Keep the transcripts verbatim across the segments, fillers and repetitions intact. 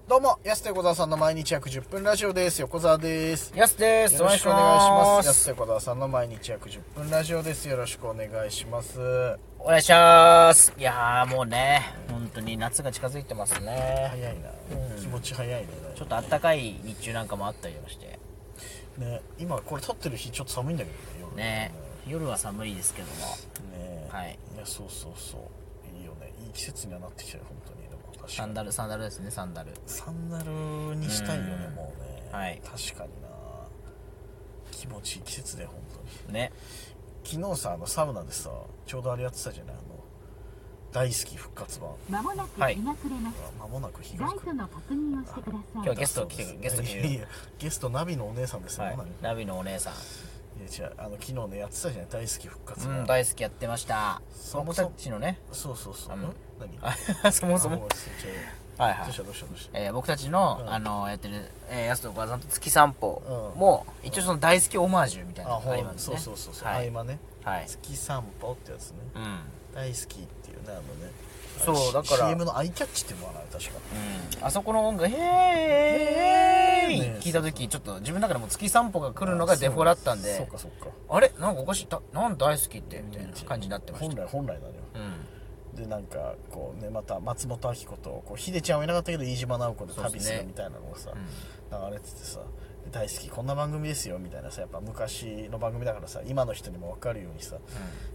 どうも、安手小沢さんの毎日約じゅっぷんラジオです。横澤です。 安です。 よろしくお願いします。安手小沢さんの毎日約じゅっぷんラジオです。よろしくお願いします。 お願いします。いやーもうね、本当に夏が近づいてますね。 早いな、うん、気持ち早いね。 ちょっと暖かい日中なんかもあったりましてね、今これ撮ってる日ちょっと寒いんだけどね、夜ね。 ね、夜は寒いですけどもね、 はい。 いや、そうそうそう、いいよね。いい季節にはなってきたよ、本当に。でも確かにサンダル、サンダルですね、サンダル。 サンダルにしたいよね、もうね。 はい。 確かにな。気持ちいい季節で本当にね。 昨日さ、あのサウナでさ、ちょうどあれやってたじゃない、あの大好き復活版。 まもなく日が暮れます。 間もなく日がライトの確認をしてください。 今日はゲスト来てくゲスト来てる。 いやいや、ゲストナビのお姉さんですよ。 はい、ナビのお姉さん。 いや違う、あの昨日ねやってたじゃない、大好き復活版。 うん、大好きやってました。僕たちのね。 そうそうそう。 うん、 何？ そもそも。はいはい。 どうしたどうしたどうした。 えー、僕たちの、うん、あのやってる、えー、安とお母さんと月散歩も、うん、一応その大好きオマージュみたいなのがありますね。 そうそうそうそう、はい、合間ね、 はい、 月散歩ってやつね、うん、大好きっていうね、あのね、 そうだからシーエム のアイキャッチっていうのはな、確か、 うん、あそこの音楽へーい、ね、聞いた時ちょっと自分の中でも月散歩が来るのがデフォだったんで、 そうかそうか、 あれなんかおかしい、なん大好きってみたいな感じになってました。 本来本来なのよ、うん、でなんかこうね、また松本明子とこうヒデちゃんはいなかったけど飯島直子で旅するみたいなのがさ、ね、うん、流れててさ、大好きこんな番組ですよみたいなさ、やっぱ昔の番組だからさ、今の人にも分かるようにさ、うん、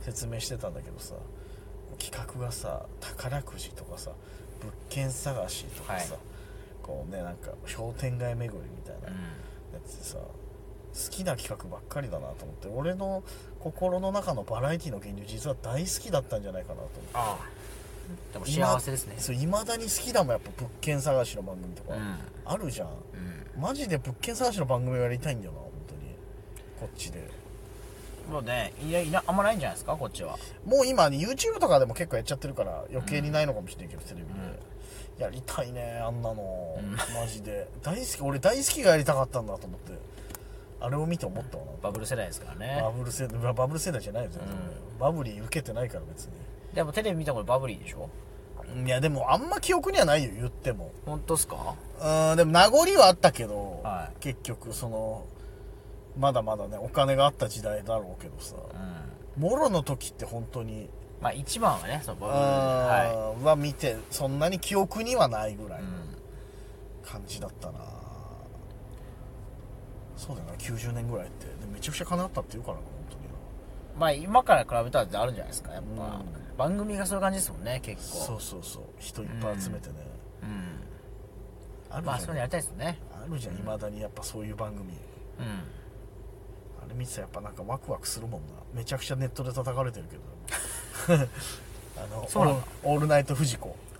説明してたんだけどさ、企画がさ、宝くじとかさ、物件探しとかさ、はい、こうね、なんか商店街巡りみたいなやつでさ、うん、好きな企画ばっかりだなと思って、俺の心の中のバラエティの源流実は大好きだったんじゃないかなと思って。ああ、でも幸せですね。 そう、未だに好きだもん、やっぱ物件探しの番組とか、うん、あるじゃん、うん、マジで物件探しの番組をやりたいんだよな、本当にこっちで。 もうね、いやいや、あんまないんじゃないですか、こっちは。 もう今、ね、YouTube とかでも結構やっちゃってるから余計にないのかもしれないけど、うん、テレビで、うん、やりたいね、あんなの、うん、マジで大好き、俺大好きがやりたかったんだと思って、あれを見て思ったわな。 バブル世代ですからね。 バブル世代、バブル世代じゃないよ全然、うん、バブリー受けてないから別に。 でもテレビ見たことバブリーでしょ。 いやでもあんま記憶にはないよ、言っても。 本当っすか。 うん、でも名残はあったけど、 はい、 結局そのまだまだね、お金があった時代だろうけどさ、うん、モロの時って本当に、 まあ一番はね、そのバブル、 はい、は見てそんなに記憶にはないぐらいの感じだったな、うん、そうだよな、きゅうじゅうねんぐらいってでめちゃくちゃ金あったって言うからな、本当に。 まあ今から比べたらあるんじゃないですか、やっぱ、うん、番組がそういう感じですもんね、結構。 そうそうそう、人いっぱい集めてね、うん、うん、 あるじゃん、まあそういうのやりたいですね。 あるじゃん、いまだにやっぱそういう番組、うん、あれ見てたらやっぱなんかワクワクするもんな。めちゃくちゃネットで叩かれてるけどあのそうなの、オールナイトフジコ